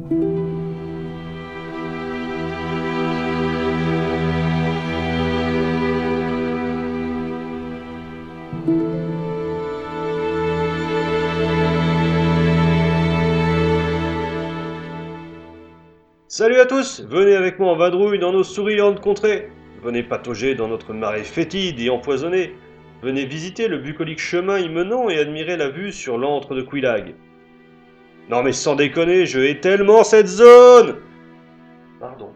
Salut à tous, venez avec moi en vadrouille dans nos souriantes contrées. Venez patauger dans notre marée fétide et empoisonnée. Venez visiter le bucolique chemin y menant et admirer la vue sur l'antre de Quillag. Non mais sans déconner, je hais tellement cette zone. Pardon.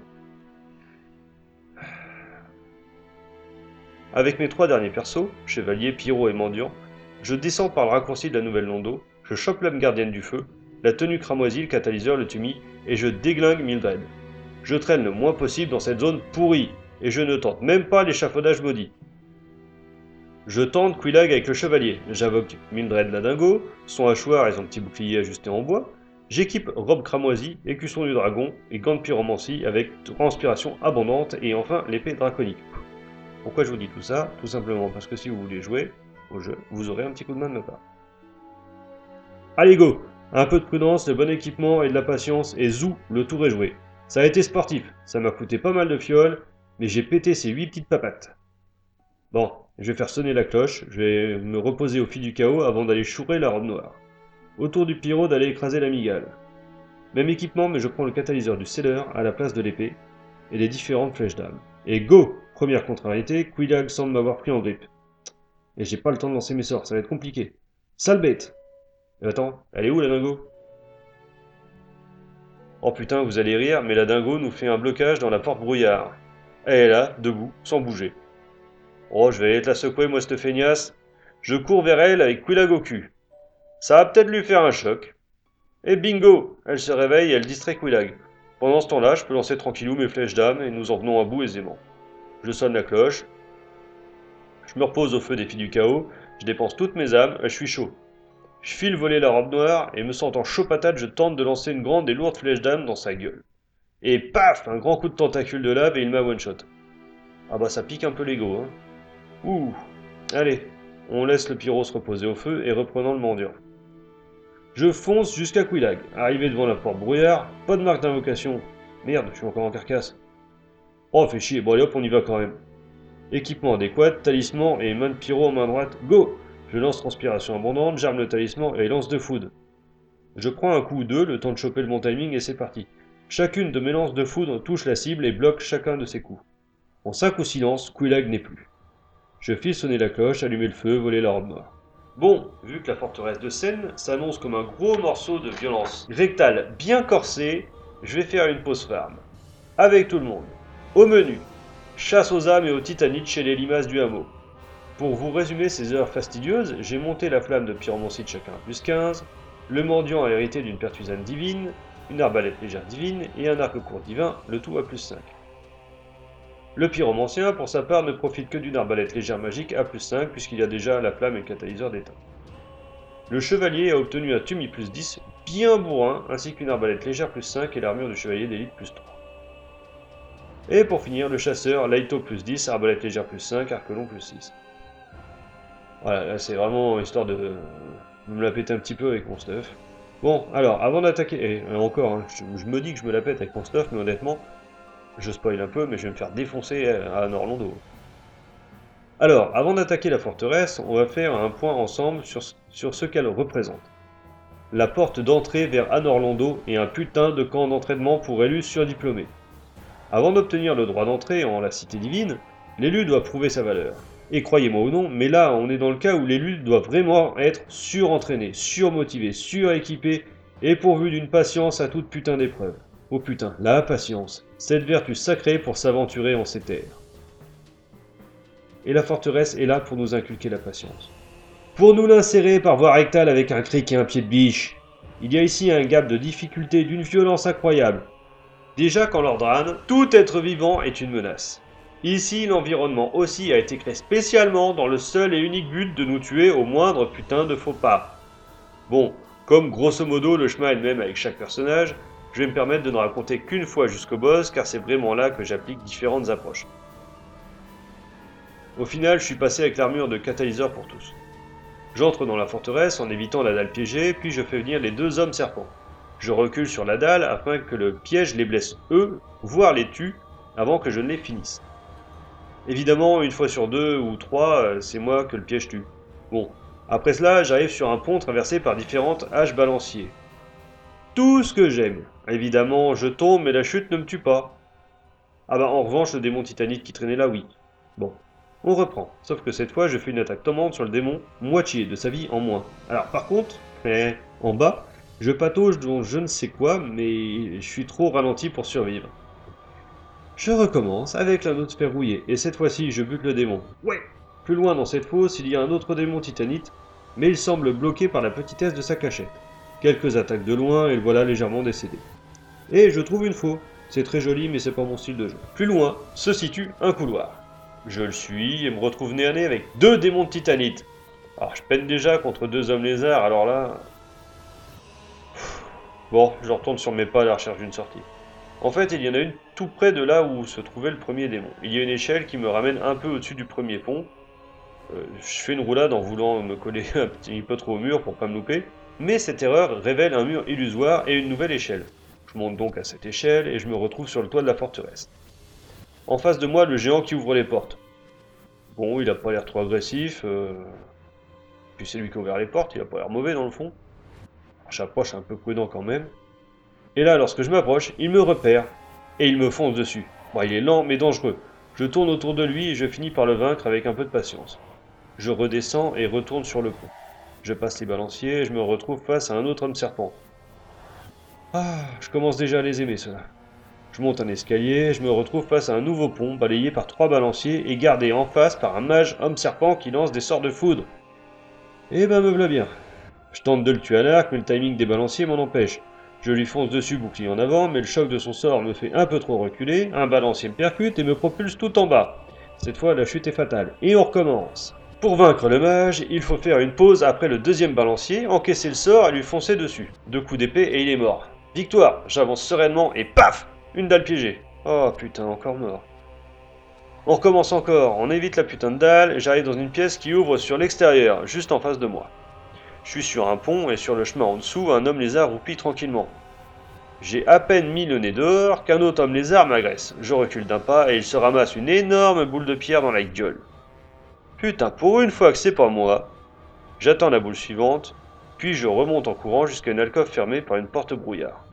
Avec mes trois derniers persos, chevalier, pyro et mendiant, je descends par le raccourci de la nouvelle Londo, je chope l'âme gardienne du feu, la tenue cramoisie, le catalyseur, le tumi, et je déglingue Mildred. Je traîne le moins possible dans cette zone pourrie, et je ne tente même pas l'échafaudage maudit. Je tente Quillag avec le chevalier, j'invoque Mildred la dingo, son hachoir et son petit bouclier ajusté en bois, j'équipe robe cramoisie, écusson du dragon et gants de pyromancie avec transpiration abondante et enfin l'épée draconique. Pourquoi je vous dis tout ça? Tout simplement parce que si vous voulez jouer au jeu, vous aurez un petit coup de main de ma part. Allez go! Un peu de prudence, de bon équipement et de la patience, et zou, le tour est joué. Ça a été sportif, ça m'a coûté pas mal de fioles, mais j'ai pété ces 8 petites papates. Bon, je vais faire sonner la cloche, je vais me reposer au fil du chaos avant d'aller chourer la robe noire. Autour du pyro d'aller écraser la migale. Même équipement, mais je prends le catalyseur du seller à la place de l'épée, et les différentes flèches d'âme. Et go! Première contrariété, Quillag semble m'avoir pris en grippe. Et j'ai pas le temps de lancer mes sorts, ça va être compliqué. Sale bête! Attends, elle est où la dingo? Oh putain, vous allez rire, mais la dingo nous fait un blocage dans la porte brouillard. Elle est là, debout, sans bouger. Oh, je vais aller te la secouer, moi, cette feignasse. Je cours vers elle avec Quillag au cul. Ça va peut-être lui faire un choc. Et bingo! Elle se réveille et elle distrait Quillag. Pendant ce temps-là, je peux lancer tranquillou mes flèches d'âme et nous en venons à bout aisément. Je sonne la cloche. Je me repose au feu des filles du chaos. Je dépense toutes mes âmes, je suis chaud. Je file voler la robe noire et me sentant chaud patate, je tente de lancer une grande et lourde flèche d'âme dans sa gueule. Et paf! Un grand coup de tentacule de lave et il m'a one-shot. Ah bah ça pique un peu l'ego, hein. Ouh! Allez, on laisse le pyro se reposer au feu et reprenons le mendiant. Je fonce jusqu'à Quillag. Arrivé devant la porte brouillard, pas de marque d'invocation. Merde, je suis encore en carcasse. Oh, fait chier, bon allez hop, on y va quand même. Équipement adéquat, talisman et main de pyro en main droite, go! Je lance transpiration abondante, j'arme le talisman et lance de foudre. Je prends un coup ou deux, le temps de choper le bon timing et c'est parti. Chacune de mes lances de foudre touche la cible et bloque chacun de ses coups. En 5 ou 6 lances, Quillag n'est plus. Je file sonner la cloche, allumer le feu, voler la robe noire. Bon, vu que la forteresse de Seine s'annonce comme un gros morceau de violence rectale bien corsé, je vais faire une pause farm. Avec tout le monde. Au menu, chasse aux âmes et aux titanites chez les limaces du hameau. Pour vous résumer ces heures fastidieuses, j'ai monté la flamme de pyromancie de chacun à plus 15, le mendiant a hérité d'une pertusane divine, une arbalète légère divine et un arc court divin, le tout à plus 5. Le pyromancien, pour sa part, ne profite que d'une arbalète légère magique à plus 5 puisqu'il y a déjà la flamme et le catalyseur d'éteint. Le chevalier a obtenu un tumi plus 10 bien bourrin, ainsi qu'une arbalète légère plus 5 et l'armure du chevalier d'élite plus 3. Et pour finir, le chasseur, Laito plus 10, arbalète légère plus 5, arc long plus 6. Voilà, là c'est vraiment histoire de me la péter un petit peu avec mon stuff. Bon, alors, avant d'attaquer, et encore, hein, je me dis que je me la pète avec mon stuff, mais honnêtement, je spoil un peu, mais je vais me faire défoncer à Norlando. Alors, avant d'attaquer la forteresse, on va faire un point ensemble sur ce qu'elle représente. La porte d'entrée vers Anorlando et un putain de camp d'entraînement pour élus surdiplômés. Avant d'obtenir le droit d'entrée en la cité divine, l'élu doit prouver sa valeur. Et croyez-moi ou non, mais là on est dans le cas où l'élu doit vraiment être surentraîné, surmotivé, suréquipé et pourvu d'une patience à toute putain d'épreuve. Oh putain, la patience, cette vertu sacrée pour s'aventurer en ces terres. Et la forteresse est là pour nous inculquer la patience. Pour nous l'insérer par voie rectale avec un cric et un pied de biche. Il y a ici un gap de difficulté d'une violence incroyable. Déjà qu'en Lordrane, tout être vivant est une menace. Ici, l'environnement aussi a été créé spécialement dans le seul et unique but de nous tuer au moindre putain de faux pas. Bon, comme grosso modo le chemin est le même avec chaque personnage, je vais me permettre de ne raconter qu'une fois jusqu'au boss car c'est vraiment là que j'applique différentes approches. Au final, je suis passé avec l'armure de catalyseur pour tous. J'entre dans la forteresse en évitant la dalle piégée, puis je fais venir les deux hommes serpents. Je recule sur la dalle afin que le piège les blesse eux, voire les tue, avant que je ne les finisse. Évidemment, une fois sur deux ou trois, c'est moi que le piège tue. Bon, après cela, j'arrive sur un pont traversé par différentes haches balanciers. Tout ce que j'aime. Évidemment, je tombe, mais la chute ne me tue pas. Ah bah en revanche, le démon titanite qui traînait là, oui. Bon, on reprend. Sauf que cette fois, je fais une attaque tombante sur le démon, moitié de sa vie en moins. Alors par contre, en bas, je patauge dont je ne sais quoi, mais je suis trop ralenti pour survivre. Je recommence avec la note verrouillée, et cette fois-ci, je bute le démon. Ouais. Plus loin dans cette fosse, il y a un autre démon titanite, mais il semble bloqué par la petitesse de sa cachette. Quelques attaques de loin, et le voilà légèrement décédé. Et je trouve une faux. C'est très joli, mais c'est pas mon style de jeu. Plus loin se situe un couloir. Je le suis et me retrouve nez à nez avec deux démons de titanite. Alors je peine déjà contre deux hommes lézards, alors là... Bon, je retourne sur mes pas à la recherche d'une sortie. En fait, il y en a une tout près de là où se trouvait le premier démon. Il y a une échelle qui me ramène un peu au-dessus du premier pont. Je fais une roulade en voulant me coller un petit peu trop au mur pour pas me louper. Mais cette erreur révèle un mur illusoire et une nouvelle échelle. Je monte donc à cette échelle et je me retrouve sur le toit de la forteresse. En face de moi, le géant qui ouvre les portes. Bon, il a pas l'air trop agressif. Puis c'est lui qui a ouvert les portes, il a pas l'air mauvais dans le fond. J'approche un peu prudent quand même. Et là, lorsque je m'approche, il me repère. Et il me fonce dessus. Bon, il est lent mais dangereux. Je tourne autour de lui et je finis par le vaincre avec un peu de patience. Je redescends et retourne sur le pont. Je passe les balanciers et je me retrouve face à un autre homme serpent. Ah, je commence déjà à les aimer, ceux-là. Je monte un escalier et je me retrouve face à un nouveau pont balayé par trois balanciers et gardé en face par un mage homme serpent qui lance des sorts de foudre. Eh ben me voilà bien. Je tente de le tuer à l'arc, mais le timing des balanciers m'en empêche. Je lui fonce dessus bouclier en avant, mais le choc de son sort me fait un peu trop reculer, un balancier me percute et me propulse tout en bas. Cette fois, la chute est fatale. Et on recommence. Pour vaincre le mage, il faut faire une pause après le deuxième balancier, encaisser le sort et lui foncer dessus. Deux coups d'épée et il est mort. Victoire, j'avance sereinement et paf, une dalle piégée. Oh putain, encore mort. On recommence encore, on évite la putain de dalle et j'arrive dans une pièce qui ouvre sur l'extérieur, juste en face de moi. Je suis sur un pont et sur le chemin en dessous, un homme lézard roupille tranquillement. J'ai à peine mis le nez dehors qu'un autre homme lézard m'agresse. Je recule d'un pas et il se ramasse une énorme boule de pierre dans la gueule. Putain, pour une fois que c'est pas moi. J'attends la boule suivante, puis je remonte en courant jusqu'à une alcôve fermée par une porte brouillard.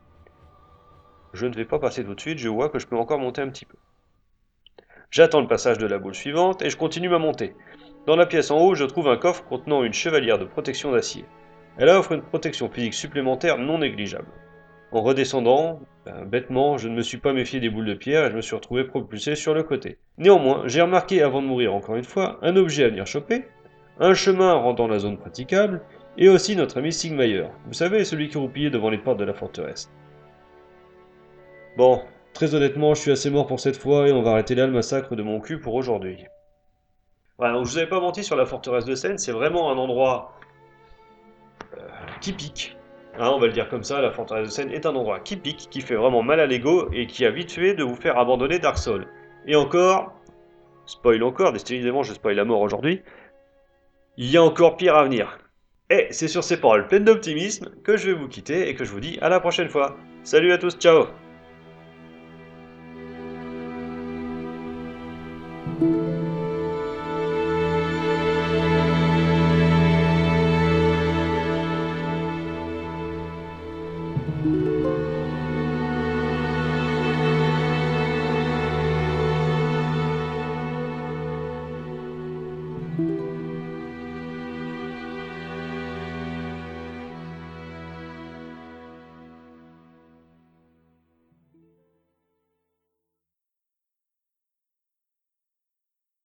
Je ne vais pas passer tout de suite, je vois que je peux encore monter un petit peu. J'attends le passage de la boule suivante et je continue ma montée. Dans la pièce en haut, je trouve un coffre contenant une chevalière de protection d'acier. Elle offre une protection physique supplémentaire non négligeable. En redescendant, bêtement, je ne me suis pas méfié des boules de pierre et je me suis retrouvé propulsé sur le côté. Néanmoins, j'ai remarqué avant de mourir encore une fois un objet à venir choper, un chemin rendant la zone praticable, et aussi notre ami Sigmayer. Vous savez, celui qui roupillait devant les portes de la forteresse. Bon, très honnêtement, je suis assez mort pour cette fois et on va arrêter là le massacre de mon cul pour aujourd'hui. Voilà, donc je vous avais pas menti sur la forteresse de Seine, c'est vraiment un endroit qui pique. Hein, on va le dire comme ça, la forteresse de Seine est un endroit qui pique, qui fait vraiment mal à l'ego et qui a vite fait de vous faire abandonner Dark Souls. Et encore, spoil encore, décidément je spoil la mort aujourd'hui, il y a encore pire à venir. Et c'est sur ces paroles pleines d'optimisme que je vais vous quitter et que je vous dis à la prochaine fois. Salut à tous, ciao!